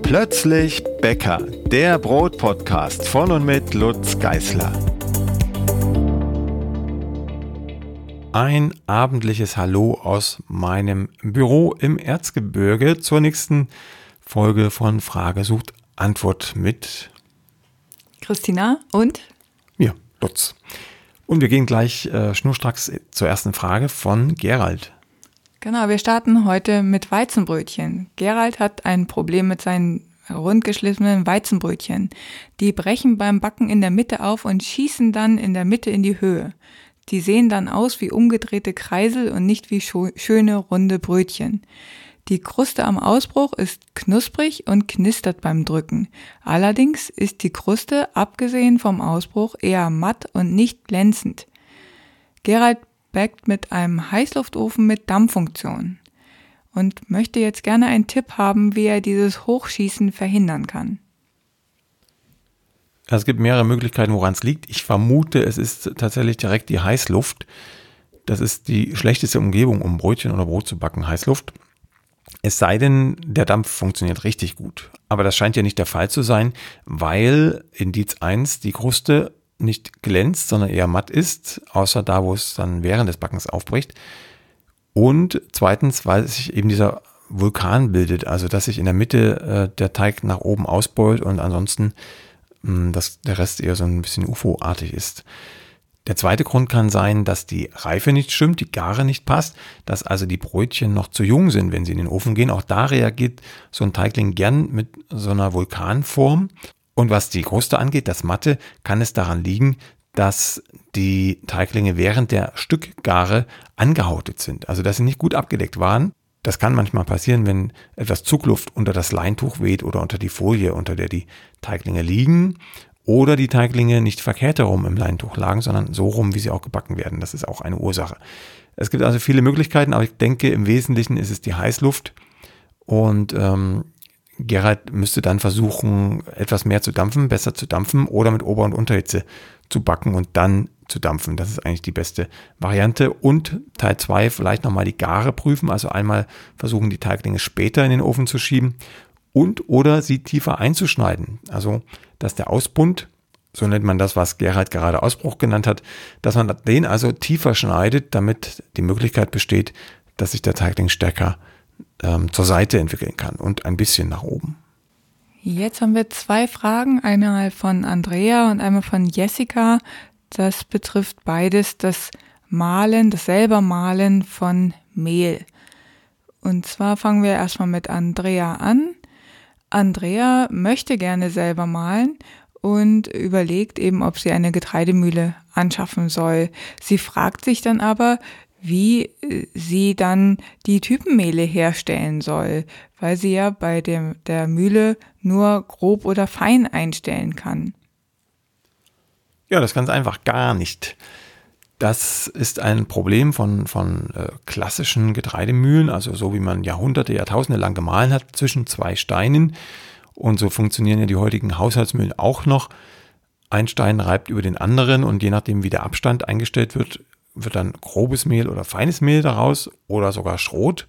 Plötzlich Bäcker, der Brotpodcast von und mit Lutz Geisler. Ein abendliches Hallo aus meinem Büro im Erzgebirge zur nächsten Folge von Frage sucht Antwort mit Christina und mir, Lutz. Und wir gehen gleich schnurstracks zur ersten Frage von Gerald. Genau, wir starten heute mit Weizenbrötchen. Gerald hat ein Problem mit seinen rundgeschliffenen Weizenbrötchen. Die brechen beim Backen in der Mitte auf und schießen dann in der Mitte in die Höhe. Die sehen dann aus wie umgedrehte Kreisel und nicht wie schöne runde Brötchen. Die Kruste am Ausbruch ist knusprig und knistert beim Drücken. Allerdings ist die Kruste, abgesehen vom Ausbruch, eher matt und nicht glänzend. Gerald backt mit einem Heißluftofen mit Dampffunktion und möchte jetzt gerne einen Tipp haben, wie er dieses Hochschießen verhindern kann. Es gibt mehrere Möglichkeiten, woran es liegt. Ich vermute, es ist tatsächlich direkt die Heißluft. Das ist die schlechteste Umgebung, um Brötchen oder Brot zu backen, Heißluft. Es sei denn, der Dampf funktioniert richtig gut. Aber das scheint ja nicht der Fall zu sein, weil Indiz 1 die Kruste nicht glänzt, sondern eher matt ist, außer da, wo es dann während des Backens aufbricht. Und zweitens, weil sich eben dieser Vulkan bildet, also dass sich in der Mitte der Teig nach oben ausbeult und ansonsten dass der Rest eher so ein bisschen UFO-artig ist. Der zweite Grund kann sein, dass die Reife nicht stimmt, die Gare nicht passt, dass also die Brötchen noch zu jung sind, wenn sie in den Ofen gehen. Auch da reagiert so ein Teigling gern mit so einer Vulkanform. Und was die Kruste angeht, das Matte, kann es daran liegen, dass die Teiglinge während der Stückgare angehautet sind. Also dass sie nicht gut abgedeckt waren. Das kann manchmal passieren, wenn etwas Zugluft unter das Leintuch weht oder unter die Folie, unter der die Teiglinge liegen. Oder die Teiglinge nicht verkehrt herum im Leintuch lagen, sondern so rum, wie sie auch gebacken werden. Das ist auch eine Ursache. Es gibt also viele Möglichkeiten, aber ich denke, im Wesentlichen ist es die Heißluft. Und Gerald müsste dann versuchen, etwas mehr zu dampfen, besser zu dampfen oder mit Ober- und Unterhitze zu backen und dann zu dampfen. Das ist eigentlich die beste Variante. Und Teil 2, vielleicht nochmal die Gare prüfen, also einmal versuchen, die Teiglinge später in den Ofen zu schieben und oder sie tiefer einzuschneiden. Also, dass der Ausbund, so nennt man das, was Gerald gerade Ausbruch genannt hat, dass man den also tiefer schneidet, damit die Möglichkeit besteht, dass sich der Teigling stärker zur Seite entwickeln kann und ein bisschen nach oben. Jetzt haben wir 2 Fragen, einmal von Andrea und einmal von Jessica. Das betrifft beides das Mahlen, das selber Mahlen von Mehl. Und zwar fangen wir erstmal mit Andrea an. Andrea möchte gerne selber mahlen und überlegt eben, ob sie eine Getreidemühle anschaffen soll. Sie fragt sich dann aber, wie sie dann die Typenmehle herstellen soll, weil sie ja bei der Mühle nur grob oder fein einstellen kann. Ja, das ist ganz einfach gar nicht. Das ist ein Problem von klassischen Getreidemühlen, also so wie man Jahrhunderte, Jahrtausende lang gemahlen hat zwischen 2 Steinen. Und so funktionieren ja die heutigen Haushaltsmühlen auch noch. Ein Stein reibt über den anderen und je nachdem, wie der Abstand eingestellt wird, wird dann grobes Mehl oder feines Mehl daraus oder sogar Schrot.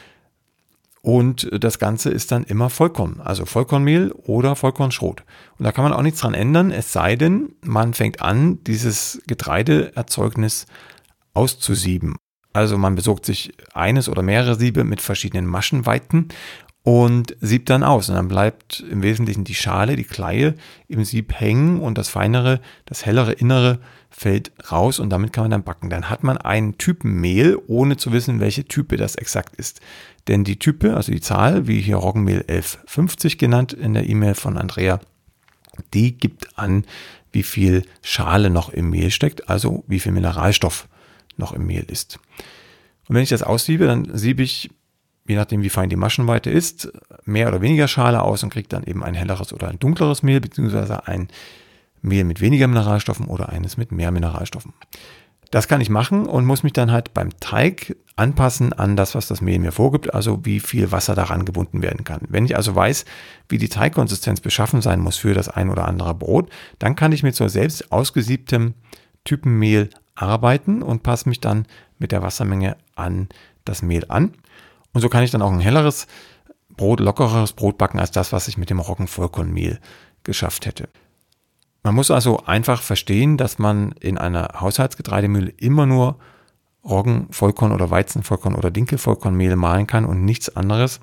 Und das Ganze ist dann immer Vollkorn, also Vollkornmehl oder Vollkornschrot. Und da kann man auch nichts dran ändern, es sei denn, man fängt an, dieses Getreideerzeugnis auszusieben. Also man besorgt sich eines oder mehrere Siebe mit verschiedenen Maschenweiten und siebt dann aus. Und dann bleibt im Wesentlichen die Schale, die Kleie im Sieb hängen und das feinere, das hellere Innere fällt raus und damit kann man dann backen. Dann hat man einen Typen Mehl, ohne zu wissen, welche Type das exakt ist. Denn die Type, also die Zahl, wie hier Roggenmehl 1150 genannt in der E-Mail von Andrea, die gibt an, wie viel Schale noch im Mehl steckt, also wie viel Mineralstoff noch im Mehl ist. Und wenn ich das aussiebe, dann siebe ich, je nachdem wie fein die Maschenweite ist, mehr oder weniger Schale aus und kriege dann eben ein helleres oder ein dunkleres Mehl, beziehungsweise ein Mehl mit weniger Mineralstoffen oder eines mit mehr Mineralstoffen. Das kann ich machen und muss mich dann halt beim Teig anpassen an das, was das Mehl mir vorgibt, also wie viel Wasser daran gebunden werden kann. Wenn ich also weiß, wie die Teigkonsistenz beschaffen sein muss für das ein oder andere Brot, dann kann ich mit so selbst ausgesiebtem Typenmehl arbeiten und passe mich dann mit der Wassermenge an das Mehl an. Und so kann ich dann auch ein helleres lockereres Brot backen als das, was ich mit dem Roggenvollkornmehl geschafft hätte. Man muss also einfach verstehen, dass man in einer Haushaltsgetreidemühle immer nur Roggen, Vollkorn oder Weizenvollkorn oder Dinkelvollkornmehl mahlen kann und nichts anderes.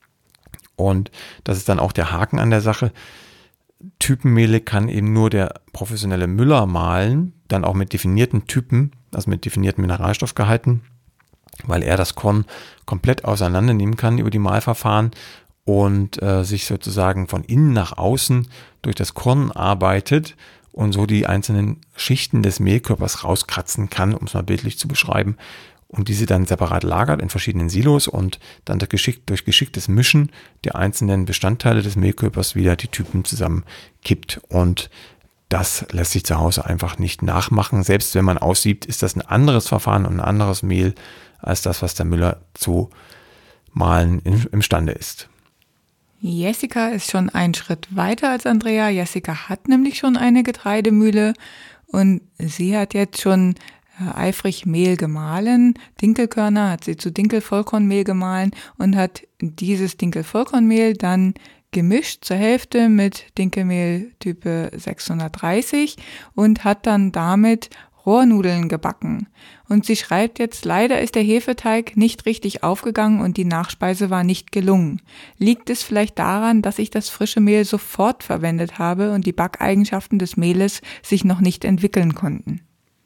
Und das ist dann auch der Haken an der Sache. Typenmehle kann eben nur der professionelle Müller mahlen, dann auch mit definierten Typen, also mit definierten Mineralstoffgehalten, weil er das Korn komplett auseinandernehmen kann über die Mahlverfahren und sich sozusagen von innen nach außen durch das Korn arbeitet und so die einzelnen Schichten des Mehlkörpers rauskratzen kann, um es mal bildlich zu beschreiben, und diese dann separat lagert in verschiedenen Silos und dann durch geschicktes Mischen der einzelnen Bestandteile des Mehlkörpers wieder die Typen zusammenkippt. Und das lässt sich zu Hause einfach nicht nachmachen. Selbst wenn man aussiebt, ist das ein anderes Verfahren und ein anderes Mehl als das, was der Müller zu mahlen imstande ist. Jessica ist schon einen Schritt weiter als Andrea. Jessica hat nämlich schon eine Getreidemühle und sie hat jetzt schon eifrig Mehl gemahlen. Dinkelkörner hat sie zu Dinkelvollkornmehl gemahlen und hat dieses Dinkelvollkornmehl dann gemischt zur Hälfte mit Dinkelmehl Type 630 und hat dann damit Rohrnudeln gebacken. Und sie schreibt jetzt, leider ist der Hefeteig nicht richtig aufgegangen und die Nachspeise war nicht gelungen. Liegt es vielleicht daran, dass ich das frische Mehl sofort verwendet habe und die Backeigenschaften des Mehles sich noch nicht entwickeln konnten?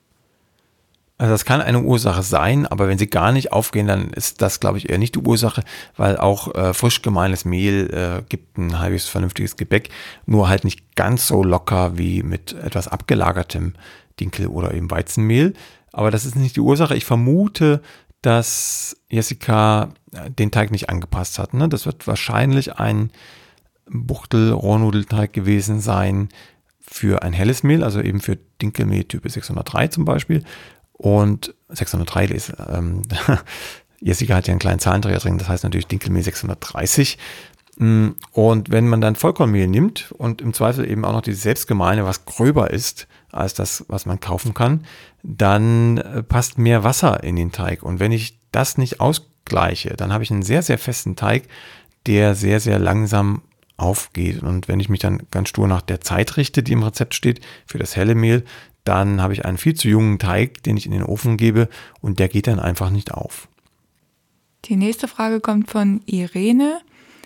Also das kann eine Ursache sein, aber wenn sie gar nicht aufgehen, dann ist das, glaube ich, eher nicht die Ursache, weil auch frisch gemahlenes Mehl gibt ein halbwegs vernünftiges Gebäck, nur halt nicht ganz so locker wie mit etwas abgelagertem Dinkel- oder eben Weizenmehl. Aber das ist nicht die Ursache. Ich vermute, dass Jessica den Teig nicht angepasst hat. Ne? Das wird wahrscheinlich ein Buchtel-Rohrnudelteig gewesen sein für ein helles Mehl, also eben für Dinkelmehl Typ 603 zum Beispiel. Und 603 ist, Jessica hat ja einen kleinen Zahlendreher drin, das heißt natürlich Dinkelmehl 630. Und wenn man dann Vollkornmehl nimmt und im Zweifel eben auch noch dieses selbstgemahlene, was gröber ist als das, was man kaufen kann, dann passt mehr Wasser in den Teig. Und wenn ich das nicht ausgleiche, dann habe ich einen sehr, sehr festen Teig, der sehr, sehr langsam aufgeht. Und wenn ich mich dann ganz stur nach der Zeit richte, die im Rezept steht, für das helle Mehl, dann habe ich einen viel zu jungen Teig, den ich in den Ofen gebe und der geht dann einfach nicht auf. Die nächste Frage kommt von Irene.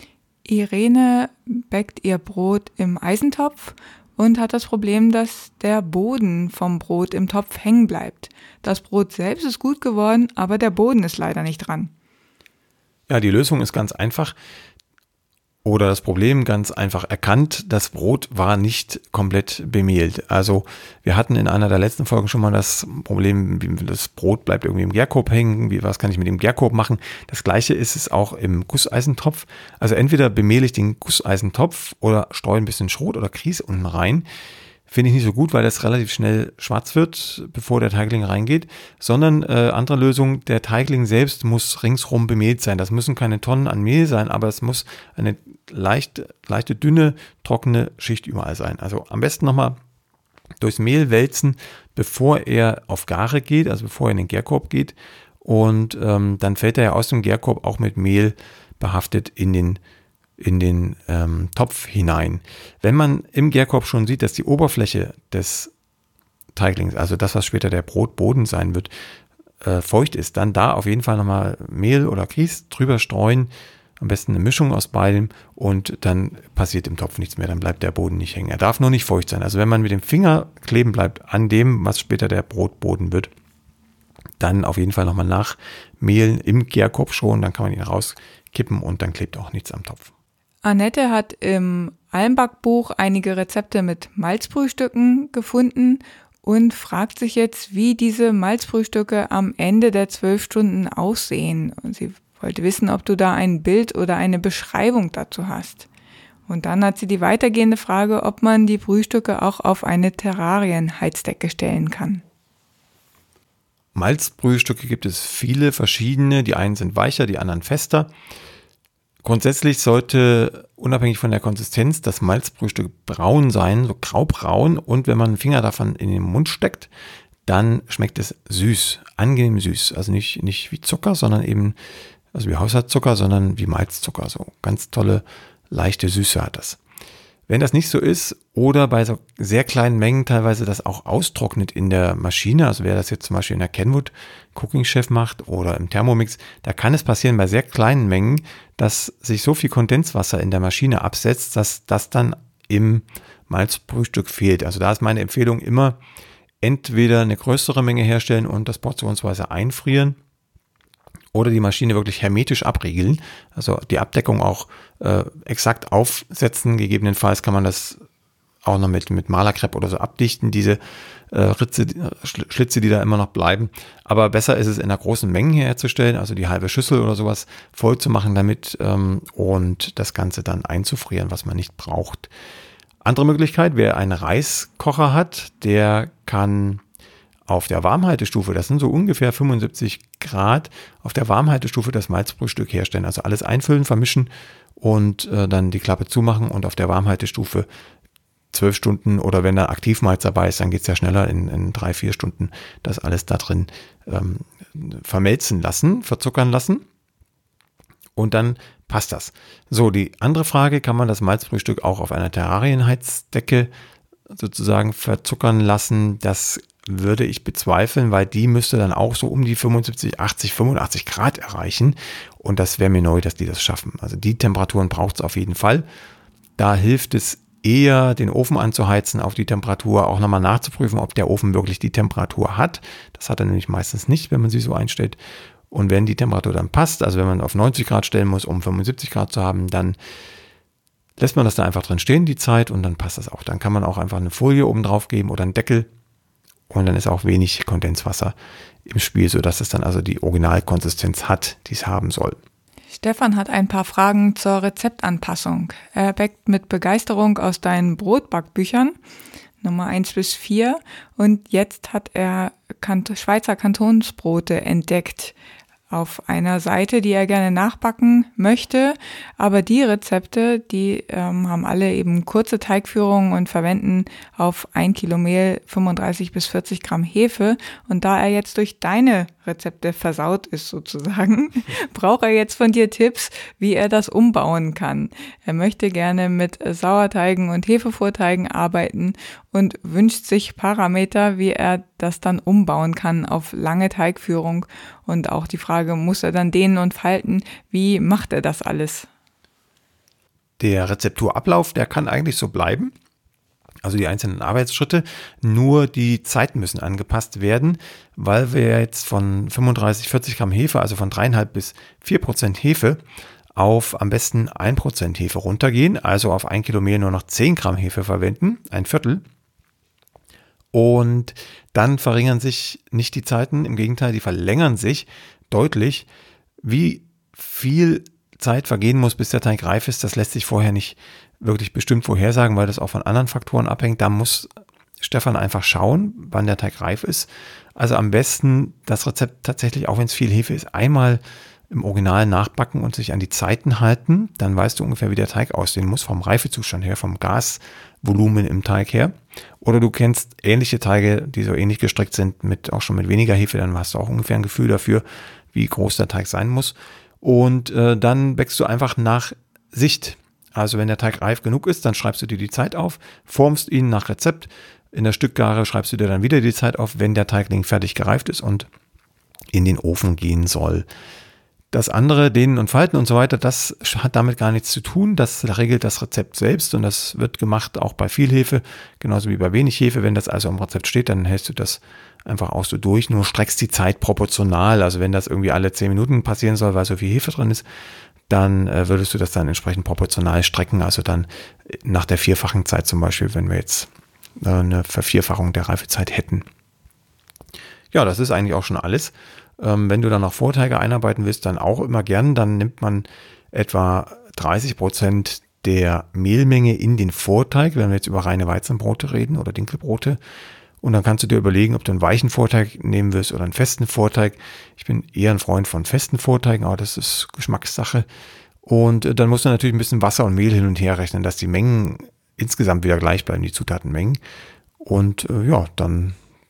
Irene backt ihr Brot im Eisentopf und hat das Problem, dass der Boden vom Brot im Topf hängen bleibt. Das Brot selbst ist gut geworden, aber der Boden ist leider nicht dran. Ja, die Lösung ist ganz einfach. Oder das Problem ganz einfach erkannt, das Brot war nicht komplett bemehlt. Also wir hatten in einer der letzten Folgen schon mal das Problem, das Brot bleibt irgendwie im Gärkorb hängen, was kann ich mit dem Gärkorb machen? Das gleiche ist es auch im Gusseisentopf. Also entweder bemehle ich den Gusseisentopf oder streue ein bisschen Schrot oder Grieß unten rein. Finde ich nicht so gut, weil das relativ schnell schwarz wird, bevor der Teigling reingeht, sondern andere Lösung, der Teigling selbst muss ringsrum bemehlt sein. Das müssen keine Tonnen an Mehl sein, aber es muss eine leichte, dünne, trockene Schicht überall sein. Also am besten nochmal durchs Mehl wälzen, bevor er auf Gare geht, also bevor er in den Gärkorb geht. Und dann fällt er ja aus dem Gärkorb auch mit Mehl behaftet in den Topf hinein. Wenn man im Gärkorb schon sieht, dass die Oberfläche des Teiglings, also das, was später der Brotboden sein wird, feucht ist, dann da auf jeden Fall nochmal Mehl oder Grieß drüber streuen, am besten eine Mischung aus beidem und dann passiert im Topf nichts mehr, dann bleibt der Boden nicht hängen. Er darf nur nicht feucht sein. Also wenn man mit dem Finger kleben bleibt an dem, was später der Brotboden wird, dann auf jeden Fall nochmal nachmehlen im Gärkorb schon, dann kann man ihn rauskippen und dann klebt auch nichts am Topf. Annette hat im Almbackbuch einige Rezepte mit Malzbrühstücken gefunden und fragt sich jetzt, wie diese Malzbrühstücke am Ende der 12 Stunden aussehen. Und sie wollte wissen, ob du da ein Bild oder eine Beschreibung dazu hast. Und dann hat sie die weitergehende Frage, ob man die Brühstücke auch auf eine Terrarienheizdecke stellen kann. Malzbrühstücke gibt es viele verschiedene. Die einen sind weicher, die anderen fester. Grundsätzlich sollte, unabhängig von der Konsistenz, das Malzbrühstück braun sein, so graubraun. Und wenn man einen Finger davon in den Mund steckt, dann schmeckt es süß, angenehm süß. Also nicht wie Zucker, sondern eben also wie Haushaltszucker, sondern wie Malzzucker. So ganz tolle, leichte Süße hat das. Wenn das nicht so ist oder bei so sehr kleinen Mengen teilweise das auch austrocknet in der Maschine, also wer das jetzt zum Beispiel in der Kenwood Cooking Chef macht oder im Thermomix, da kann es passieren bei sehr kleinen Mengen, dass sich so viel Kondenswasser in der Maschine absetzt, dass das dann im Malzbrühstück fehlt. Also da ist meine Empfehlung immer, entweder eine größere Menge herstellen und das portionsweise einfrieren oder die Maschine wirklich hermetisch abriegeln, also die Abdeckung auch exakt aufsetzen. Gegebenenfalls kann man das auch noch mit Malerkrepp oder so abdichten, diese Schlitze, die da immer noch bleiben. Aber besser ist es in einer großen Menge herzustellen, also die halbe Schüssel oder sowas voll zu machen damit und das Ganze dann einzufrieren, was man nicht braucht. Andere Möglichkeit, wer einen Reiskocher hat, der kann auf der Warmhaltestufe, das sind so ungefähr 75 Grad, auf der Warmhaltestufe das Malzbrühstück herstellen. Also alles einfüllen, vermischen und dann die Klappe zumachen und auf der Warmhaltestufe 12 Stunden oder wenn da Aktivmalz dabei ist, dann geht es ja schneller in 3-4 Stunden, das alles da drin vermelzen lassen, verzuckern lassen und dann passt das. So, die andere Frage, kann man das Malzbrühstück auch auf einer Terrarienheizdecke sozusagen verzuckern lassen? Das würde ich bezweifeln, weil die müsste dann auch so um die 75, 80, 85 Grad erreichen und das wäre mir neu, dass die das schaffen. Also die Temperaturen braucht es auf jeden Fall. Da hilft es eher, den Ofen anzuheizen auf die Temperatur, auch nochmal nachzuprüfen, ob der Ofen wirklich die Temperatur hat. Das hat er nämlich meistens nicht, wenn man sie so einstellt. Und wenn die Temperatur dann passt, also wenn man auf 90 Grad stellen muss, um 75 Grad zu haben, dann lässt man das da einfach drin stehen, die Zeit, und dann passt das auch. Dann kann man auch einfach eine Folie oben drauf geben oder einen Deckel und dann ist auch wenig Kondenswasser im Spiel, sodass es dann also die Originalkonsistenz hat, die es haben soll. Stefan hat ein paar Fragen zur Rezeptanpassung. Er backt mit Begeisterung aus deinen Brotbackbüchern, Nummer 1-4, und jetzt hat er Schweizer Kantonsbrote entdeckt auf einer Seite, die er gerne nachbacken möchte, aber die Rezepte, die haben alle eben kurze Teigführungen und verwenden auf 1 Kilo Mehl 35 bis 40 Gramm Hefe, und da er jetzt durch deine Rezepte versaut ist sozusagen, braucht er jetzt von dir Tipps, wie er das umbauen kann. Er möchte gerne mit Sauerteigen und Hefevorteigen arbeiten und wünscht sich Parameter, wie er das dann umbauen kann auf lange Teigführung, und auch die Frage, muss er dann dehnen und falten, wie macht er das alles? Der Rezepturablauf, der kann eigentlich so bleiben. Also die einzelnen Arbeitsschritte, nur die Zeiten müssen angepasst werden, weil wir jetzt von 35, 40 Gramm Hefe, also von 3,5 bis 4% Hefe, auf am besten 1% Hefe runtergehen, also auf 1 Kilo Mehl nur noch 10 Gramm Hefe verwenden, ein Viertel. Und dann verringern sich nicht die Zeiten, im Gegenteil, die verlängern sich deutlich. Wie viel Zeit vergehen muss, bis der Teig reif ist, das lässt sich vorher nicht wirklich bestimmt vorhersagen, weil das auch von anderen Faktoren abhängt. Da muss Stefan einfach schauen, wann der Teig reif ist. Also am besten das Rezept tatsächlich, auch wenn es viel Hefe ist, einmal im Original nachbacken und sich an die Zeiten halten. Dann weißt du ungefähr, wie der Teig aussehen muss, vom Reifezustand her, vom Gasvolumen im Teig her. Oder du kennst ähnliche Teige, die so ähnlich gestrickt sind, auch schon mit weniger Hefe, dann hast du auch ungefähr ein Gefühl dafür, wie groß der Teig sein muss. Und dann backst du einfach nach Sicht. Also wenn der Teig reif genug ist, dann schreibst du dir die Zeit auf, formst ihn nach Rezept. In der Stückgare schreibst du dir dann wieder die Zeit auf, wenn der Teigling fertig gereift ist und in den Ofen gehen soll. Das andere, Dehnen und Falten und so weiter, das hat damit gar nichts zu tun. Das regelt das Rezept selbst und das wird gemacht auch bei viel Hefe, genauso wie bei wenig Hefe. Wenn das also im Rezept steht, dann hältst du das einfach auch so durch, nur streckst die Zeit proportional. Also wenn das irgendwie alle 10 Minuten passieren soll, weil so viel Hefe drin ist, dann würdest du das dann entsprechend proportional strecken. Also dann nach der 4-fachen Zeit zum Beispiel, wenn wir jetzt eine Vervierfachung der Reifezeit hätten. Ja, das ist eigentlich auch schon alles. Wenn du dann noch Vorteige einarbeiten willst, dann auch immer gern. Dann nimmt man etwa 30% der Mehlmenge in den Vorteig, wenn wir jetzt über reine Weizenbrote reden oder Dinkelbrote. Und dann kannst du dir überlegen, ob du einen weichen Vorteig nehmen willst oder einen festen Vorteig. Ich bin eher ein Freund von festen Vorteigen, aber das ist Geschmackssache. Und dann musst du natürlich ein bisschen Wasser und Mehl hin und her rechnen, dass die Mengen insgesamt wieder gleich bleiben, die Zutatenmengen. Und ja, dann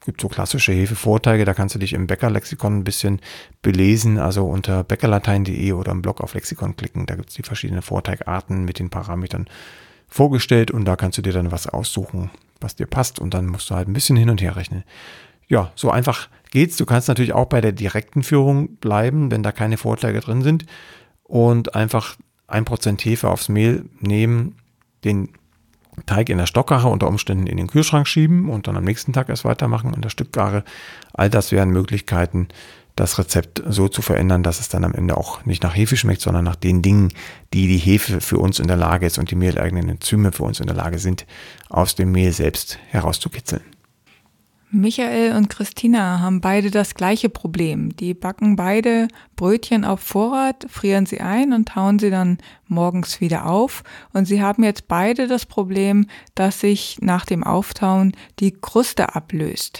gibt so klassische Hefevorteige, da kannst du dich im Bäckerlexikon ein bisschen belesen, also unter bäckerlatein.de oder im Blog auf Lexikon klicken, da gibt es die verschiedenen Vorteigarten mit den Parametern vorgestellt und da kannst du dir dann was aussuchen, was dir passt und dann musst du halt ein bisschen hin und her rechnen. Ja, so einfach geht's. Du kannst natürlich auch bei der direkten Führung bleiben, wenn da keine Vorteige drin sind und einfach 1% Hefe aufs Mehl nehmen, den Teig in der Stockgare unter Umständen in den Kühlschrank schieben und dann am nächsten Tag erst weitermachen in der Stückgare. All das wären Möglichkeiten, das Rezept so zu verändern, dass es dann am Ende auch nicht nach Hefe schmeckt, sondern nach den Dingen, die die Hefe für uns in der Lage ist und die mehleigenen Enzyme für uns in der Lage sind, aus dem Mehl selbst herauszukitzeln. Michael und Christina haben beide das gleiche Problem. Die backen beide Brötchen auf Vorrat, frieren sie ein und tauen sie dann morgens wieder auf. Und sie haben jetzt beide das Problem, dass sich nach dem Auftauen die Kruste ablöst.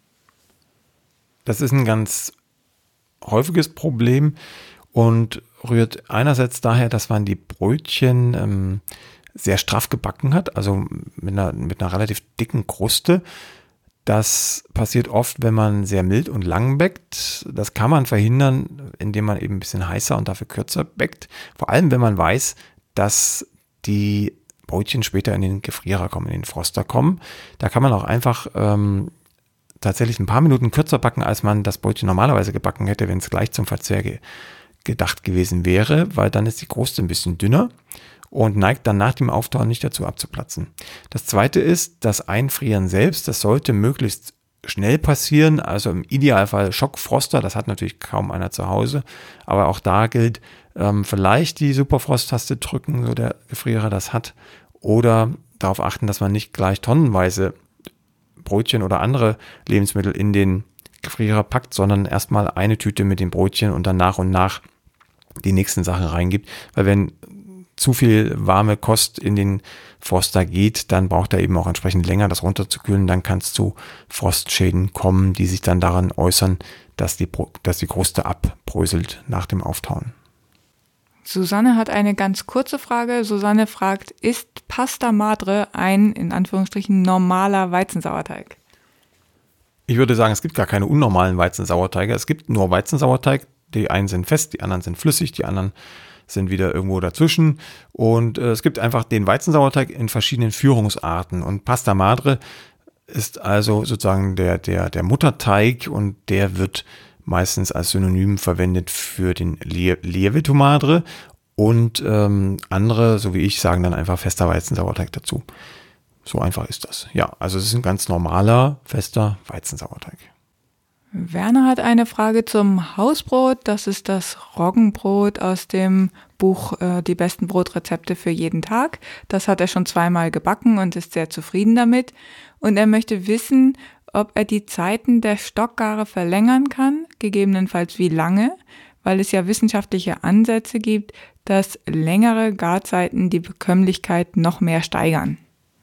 Das ist ein ganz häufiges Problem und rührt einerseits daher, dass man die Brötchen sehr straff gebacken hat, also mit einer relativ dicken Kruste. Das passiert oft, wenn man sehr mild und lang bäckt. Das kann man verhindern, indem man eben ein bisschen heißer und dafür kürzer bäckt. Vor allem, wenn man weiß, dass die Brötchen später in den Gefrierer kommen, in den Froster kommen. Da kann man auch einfach tatsächlich ein paar Minuten kürzer backen, als man das Brötchen normalerweise gebacken hätte, wenn es gleich zum Verzehr gedacht gewesen wäre, weil dann ist die Kruste ein bisschen dünner und neigt dann nach dem Auftauen nicht dazu abzuplatzen. Das zweite ist, das Einfrieren selbst, das sollte möglichst schnell passieren, also im Idealfall Schockfroster, das hat natürlich kaum einer zu Hause, aber auch da gilt, vielleicht die Superfrost-Taste drücken, so der Gefrierer das hat, oder darauf achten, dass man nicht gleich tonnenweise Brötchen oder andere Lebensmittel in den Gefrierer packt, sondern erstmal eine Tüte mit den Brötchen und dann nach und nach die nächsten Sachen reingibt, weil wenn zu viel warme Kost in den Froster geht, dann braucht er eben auch entsprechend länger, das runterzukühlen. Dann kann es zu Frostschäden kommen, die sich dann daran äußern, dass die Kruste abbröselt nach dem Auftauen. Susanne hat eine ganz kurze Frage. Susanne fragt, ist Pasta Madre ein, in Anführungsstrichen, normaler Weizensauerteig? Ich würde sagen, es gibt gar keine unnormalen Weizensauerteige. Es gibt nur Weizensauerteig. Die einen sind fest, die anderen sind flüssig, die anderen sind wieder irgendwo dazwischen und es gibt einfach den Weizensauerteig in verschiedenen Führungsarten und Pasta Madre ist also sozusagen der Mutterteig und der wird meistens als Synonym verwendet für den Lievito Madre und andere, so wie ich, sagen dann einfach fester Weizensauerteig dazu. So einfach ist das. Ja, also es ist ein ganz normaler, fester Weizensauerteig. Werner hat eine Frage zum Hausbrot. Das ist das Roggenbrot aus dem Buch Die besten Brotrezepte für jeden Tag. Das hat er schon 2-mal gebacken und ist sehr zufrieden damit. Und er möchte wissen, ob er die Zeiten der Stockgare verlängern kann, gegebenenfalls wie lange, weil es ja wissenschaftliche Ansätze gibt, dass längere Garzeiten die Bekömmlichkeit noch mehr steigern.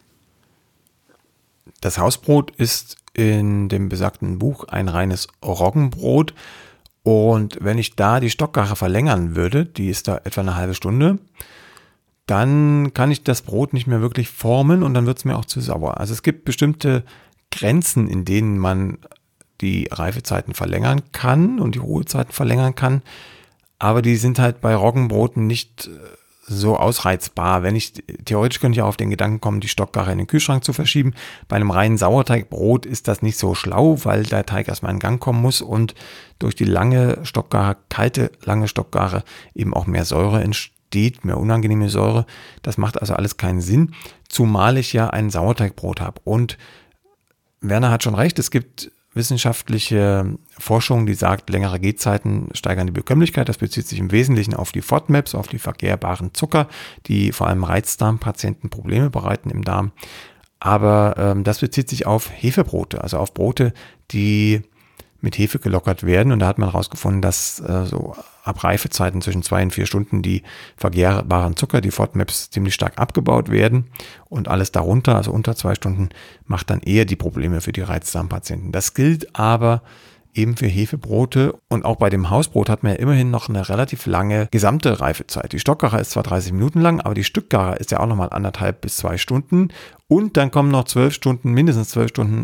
Das Hausbrot ist in dem besagten Buch ein reines Roggenbrot und wenn ich da die Stockgare verlängern würde, die ist da etwa eine halbe Stunde, dann kann ich das Brot nicht mehr wirklich formen und dann wird es mir auch zu sauer. Also es gibt bestimmte Grenzen, in denen man die Reifezeiten verlängern kann und die Ruhezeiten verlängern kann, aber die sind halt bei Roggenbroten nicht so ausreizbar. Theoretisch könnte ich auch auf den Gedanken kommen, die Stockgare in den Kühlschrank zu verschieben. Bei einem reinen Sauerteigbrot ist das nicht so schlau, weil der Teig erstmal in Gang kommen muss und durch die kalte lange Stockgare eben auch mehr Säure entsteht, mehr unangenehme Säure. Das macht also alles keinen Sinn, zumal ich ja ein Sauerteigbrot habe. Und Werner hat schon recht, es gibt wissenschaftliche Forschung, die sagt, längere Gehzeiten steigern die Bekömmlichkeit. Das bezieht sich im Wesentlichen auf die FODMAPs, auf die vergärbaren Zucker, die vor allem Reizdarmpatienten Probleme bereiten im Darm. Aber das bezieht sich auf Hefebrote, also auf Brote, die mit Hefe gelockert werden. Und da hat man herausgefunden, dass so ab Reifezeiten zwischen 2 und 4 Stunden die vergärbaren Zucker, die FODMAPs, ziemlich stark abgebaut werden. Und alles darunter, also unter 2 Stunden, macht dann eher die Probleme für die Reizdarmpatienten. Das gilt aber eben für Hefebrote. Und auch bei dem Hausbrot hat man ja immerhin noch eine relativ lange gesamte Reifezeit. Die Stockgare ist zwar 30 Minuten lang, aber die Stückgare ist ja auch nochmal 1,5 bis 2 Stunden. Und dann kommen noch 12 Stunden, mindestens 12 Stunden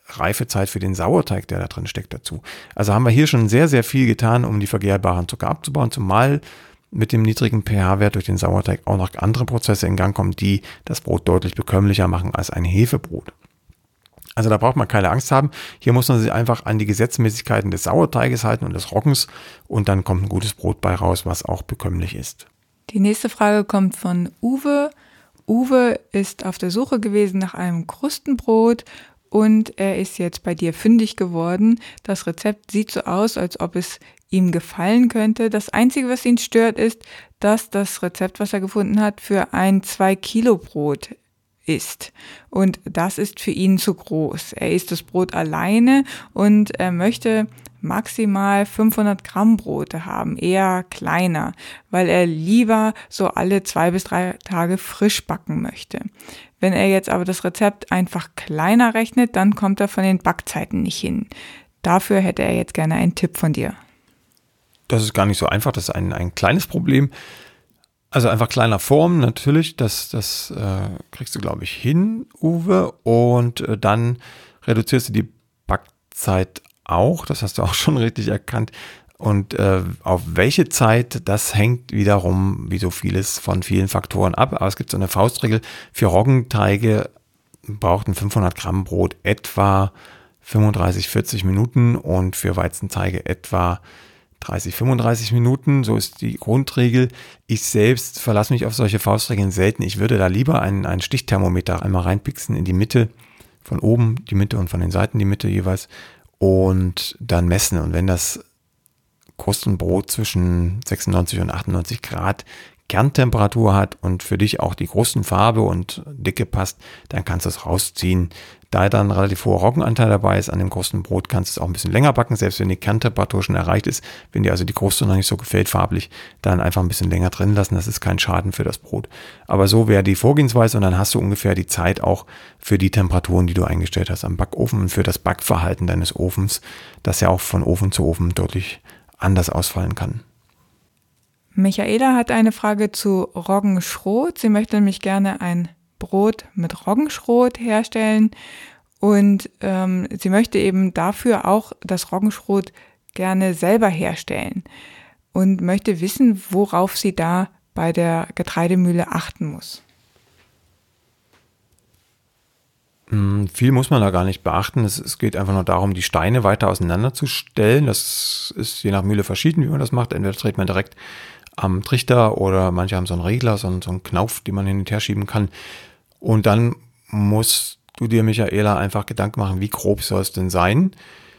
Reifezeit für den Sauerteig, der da drin steckt, dazu. Also haben wir hier schon sehr, sehr viel getan, um die vergärbaren Zucker abzubauen, zumal mit dem niedrigen pH-Wert durch den Sauerteig auch noch andere Prozesse in Gang kommen, die das Brot deutlich bekömmlicher machen als ein Hefebrot. Also da braucht man keine Angst haben. Hier muss man sich einfach an die Gesetzmäßigkeiten des Sauerteiges halten und des Roggens und dann kommt ein gutes Brot bei raus, was auch bekömmlich ist. Die nächste Frage kommt von Uwe. Uwe ist auf der Suche gewesen nach einem Krustenbrot und er ist jetzt bei dir fündig geworden. Das Rezept sieht so aus, als ob es ihm gefallen könnte. Das Einzige, was ihn stört, ist, dass das Rezept, was er gefunden hat, für ein 2-Kilo-Brot ist. Und das ist für ihn zu groß. Er isst das Brot alleine und er möchte maximal 500 Gramm Brote haben, eher kleiner, weil er lieber so alle 2 bis 3 Tage frisch backen möchte. Wenn er jetzt aber das Rezept einfach kleiner rechnet, dann kommt er von den Backzeiten nicht hin. Dafür hätte er jetzt gerne einen Tipp von dir. Das ist gar nicht so einfach, das ist ein kleines Problem. Also einfach kleiner Form, natürlich, das kriegst du, glaube ich, hin, Uwe. Und dann reduzierst du die Backzeit auch, das hast du auch schon richtig erkannt. Und auf welche Zeit, das hängt wiederum, wie so vieles, von vielen Faktoren ab. Aber es gibt so eine Faustregel, für Roggenteige braucht ein 500 Gramm Brot etwa 35, 40 Minuten und für Weizenteige etwa 30, 35 Minuten, so ist die Grundregel. Ich selbst verlasse mich auf solche Faustregeln selten. Ich würde da lieber einen Stichthermometer einmal reinpixen in die Mitte, von oben die Mitte und von den Seiten die Mitte jeweils und dann messen. Und wenn das Krustenbrot zwischen 96 und 98 Grad Kerntemperatur hat und für dich auch die Krustenfarbe und Dicke passt, dann kannst du es rausziehen. Da dann relativ hoher Roggenanteil dabei ist an dem Krustenbrot, kannst du es auch ein bisschen länger backen, selbst wenn die Kerntemperatur schon erreicht ist. Wenn dir also die Kruste noch nicht so gefällt farblich, dann einfach ein bisschen länger drin lassen. Das ist kein Schaden für das Brot. Aber so wäre die Vorgehensweise und dann hast du ungefähr die Zeit auch für die Temperaturen, die du eingestellt hast am Backofen und für das Backverhalten deines Ofens, das ja auch von Ofen zu Ofen deutlich anders ausfallen kann. Michaela hat eine Frage zu Roggenschrot. Sie möchte nämlich gerne ein Brot mit Roggenschrot herstellen und sie möchte eben dafür auch das Roggenschrot gerne selber herstellen und möchte wissen, worauf sie da bei der Getreidemühle achten muss. Viel muss man da gar nicht beachten. Es geht einfach nur darum, die Steine weiter auseinanderzustellen. Das ist je nach Mühle verschieden, wie man das macht. Entweder dreht man direkt am Trichter oder manche haben so einen Regler, so einen Knauf, den man hin und her schieben kann. Und dann musst du dir, Michaela, einfach Gedanken machen, wie grob soll es denn sein?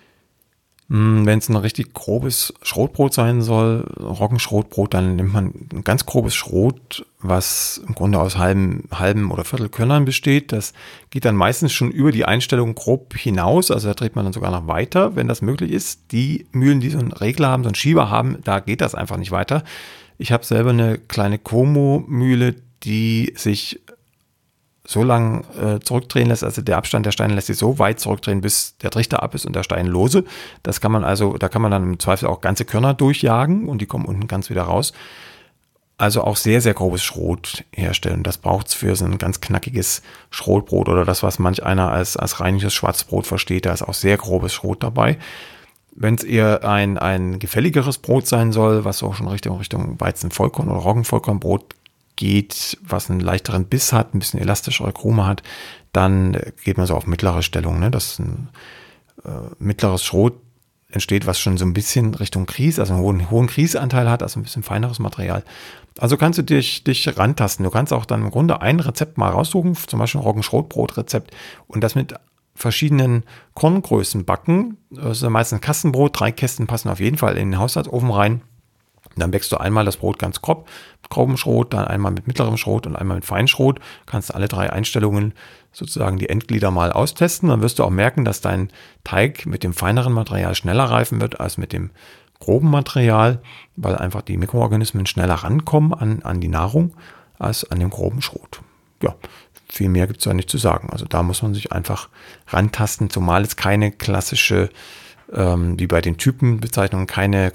Wenn es ein richtig grobes Schrotbrot sein soll, Roggenschrotbrot, dann nimmt man ein ganz grobes Schrot, was im Grunde aus halben oder Viertelkörnern besteht. Das geht dann meistens schon über die Einstellung grob hinaus, also da dreht man dann sogar noch weiter, wenn das möglich ist. Die Mühlen, die so einen Regler haben, so einen Schieber haben, da geht das einfach nicht weiter. Ich habe selber eine kleine Como-Mühle, die sich so lang zurückdrehen lässt, also der Abstand der Steine lässt sich so weit zurückdrehen, bis der Trichter ab ist und der Stein lose. Das kann man also, da kann man dann im Zweifel auch ganze Körner durchjagen und die kommen unten ganz wieder raus. Also auch sehr, sehr grobes Schrot herstellen. Das braucht es für so ein ganz knackiges Schrotbrot oder das, was manch einer als reinliches Schwarzbrot versteht. Da ist auch sehr grobes Schrot dabei. Wenn es eher ein gefälligeres Brot sein soll, was auch schon Richtung Weizenvollkorn oder Roggenvollkornbrot geht, was einen leichteren Biss hat, ein bisschen elastischere Krume hat, dann geht man so auf mittlere Stellung, ne? Dass ein mittleres Schrot entsteht, was schon so ein bisschen Richtung Grieß, also einen hohen Grießanteil hat, also ein bisschen feineres Material. Also kannst du dich rantasten. Du kannst auch dann im Grunde ein Rezept mal raussuchen, zum Beispiel ein Roggenschrotbrot-Rezept und das mit verschiedenen Korngrößen backen. Das ist meistens Kastenbrot, 3 Kästen passen auf jeden Fall in den Haushaltsofen rein. Dann backst du einmal das Brot ganz grob, mit grobem Schrot, dann einmal mit mittlerem Schrot und einmal mit Feinschrot. Kannst du alle 3 Einstellungen sozusagen die Endglieder mal austesten. Dann wirst du auch merken, dass dein Teig mit dem feineren Material schneller reifen wird als mit dem groben Material, weil einfach die Mikroorganismen schneller rankommen an die Nahrung als an dem groben Schrot. Ja, viel mehr gibt es da nicht zu sagen. Also da muss man sich einfach rantasten, zumal es keine klassische, wie bei den Typenbezeichnungen, keine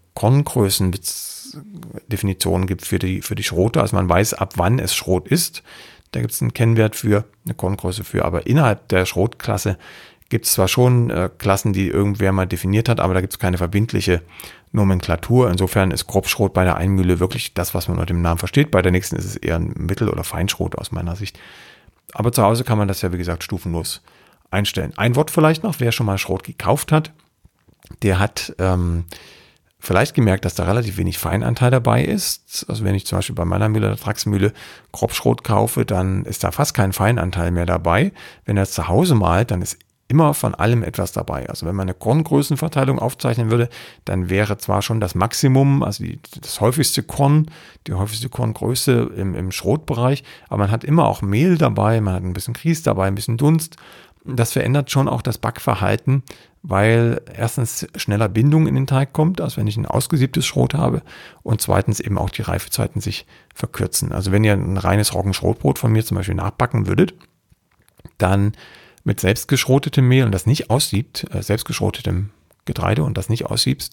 Korngrößendefinitionen gibt für die Schrote. Also man weiß, ab wann es Schrot ist. Da gibt es einen Kennwert für, eine Korngröße für. Aber innerhalb der Schrotklasse gibt es zwar schon Klassen, die irgendwer mal definiert hat, aber da gibt es keine verbindliche Nomenklatur. Insofern ist Grobschrot bei der einen Mühle wirklich das, was man unter dem Namen versteht. Bei der nächsten ist es eher ein Mittel- oder Feinschrot aus meiner Sicht. Aber zu Hause kann man das ja, wie gesagt, stufenlos einstellen. Ein Wort vielleicht noch, wer schon mal Schrot gekauft hat, der hat vielleicht gemerkt, dass da relativ wenig Feinanteil dabei ist. Also wenn ich zum Beispiel bei meiner Mühle oder Traxmühle Grobschrot kaufe, dann ist da fast kein Feinanteil mehr dabei. Wenn er es zu Hause malt, dann ist immer von allem etwas dabei. Also wenn man eine Korngrößenverteilung aufzeichnen würde, dann wäre zwar schon das Maximum, also das häufigste Korn, die häufigste Korngröße im Schrotbereich, aber man hat immer auch Mehl dabei, man hat ein bisschen Grieß dabei, ein bisschen Dunst. Das verändert schon auch das Backverhalten, weil erstens schneller Bindung in den Teig kommt, als wenn ich ein ausgesiebtes Schrot habe, und zweitens eben auch die Reifezeiten sich verkürzen. Also wenn ihr ein reines Roggenschrotbrot von mir zum Beispiel nachbacken würdet, dann mit selbstgeschrotetem Mehl und das nicht aussiebt, selbstgeschrotetem Getreide und das nicht aussiebt,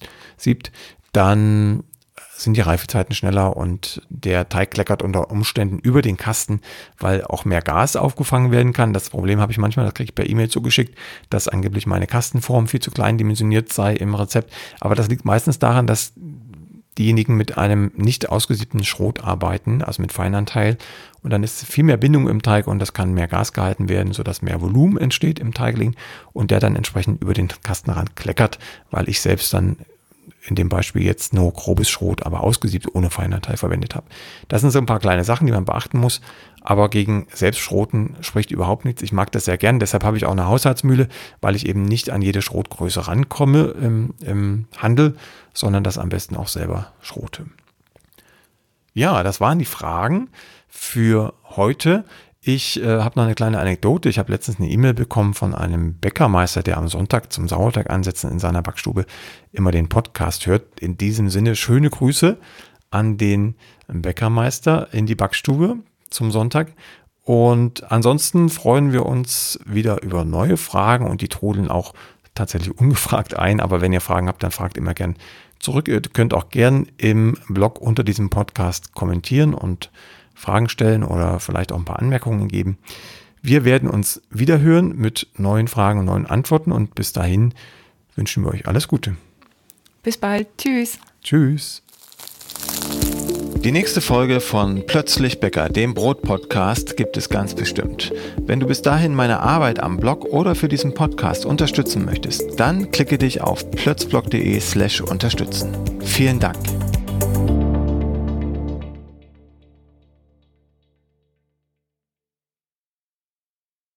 dann sind die Reifezeiten schneller und der Teig kleckert unter Umständen über den Kasten, weil auch mehr Gas aufgefangen werden kann. Das Problem habe ich manchmal, das kriege ich per E-Mail zugeschickt, dass angeblich meine Kastenform viel zu klein dimensioniert sei im Rezept. Aber das liegt meistens daran, dass diejenigen mit einem nicht ausgesiebten Schrot arbeiten, also mit Feinanteil. Und dann ist viel mehr Bindung im Teig und das kann mehr Gas gehalten werden, sodass mehr Volumen entsteht im Teigling und der dann entsprechend über den Kastenrand kleckert, weil ich selbst dann in dem Beispiel jetzt nur grobes Schrot, aber ausgesiebt ohne Feinanteil verwendet habe. Das sind so ein paar kleine Sachen, die man beachten muss, aber gegen Selbstschroten spricht überhaupt nichts. Ich mag das sehr gern, deshalb habe ich auch eine Haushaltsmühle, weil ich eben nicht an jede Schrotgröße rankomme im Handel, sondern das am besten auch selber schrote. Ja, das waren die Fragen für heute. Ich habe noch eine kleine Anekdote. Ich habe letztens eine E-Mail bekommen von einem Bäckermeister, der am Sonntag zum Sauerteig ansetzen in seiner Backstube immer den Podcast hört. In diesem Sinne schöne Grüße an den Bäckermeister in die Backstube zum Sonntag. Und ansonsten freuen wir uns wieder über neue Fragen und die trudeln auch tatsächlich ungefragt ein. Aber wenn ihr Fragen habt, dann fragt immer gern zurück. Ihr könnt auch gern im Blog unter diesem Podcast kommentieren und Fragen stellen oder vielleicht auch ein paar Anmerkungen geben. Wir werden uns wiederhören mit neuen Fragen und neuen Antworten und bis dahin wünschen wir euch alles Gute. Bis bald. Tschüss. Tschüss. Die nächste Folge von Plötzlich Bäcker, dem Brot-Podcast, gibt es ganz bestimmt. Wenn du bis dahin meine Arbeit am Blog oder für diesen Podcast unterstützen möchtest, dann klicke dich auf plötzblog.de/unterstützen. Vielen Dank.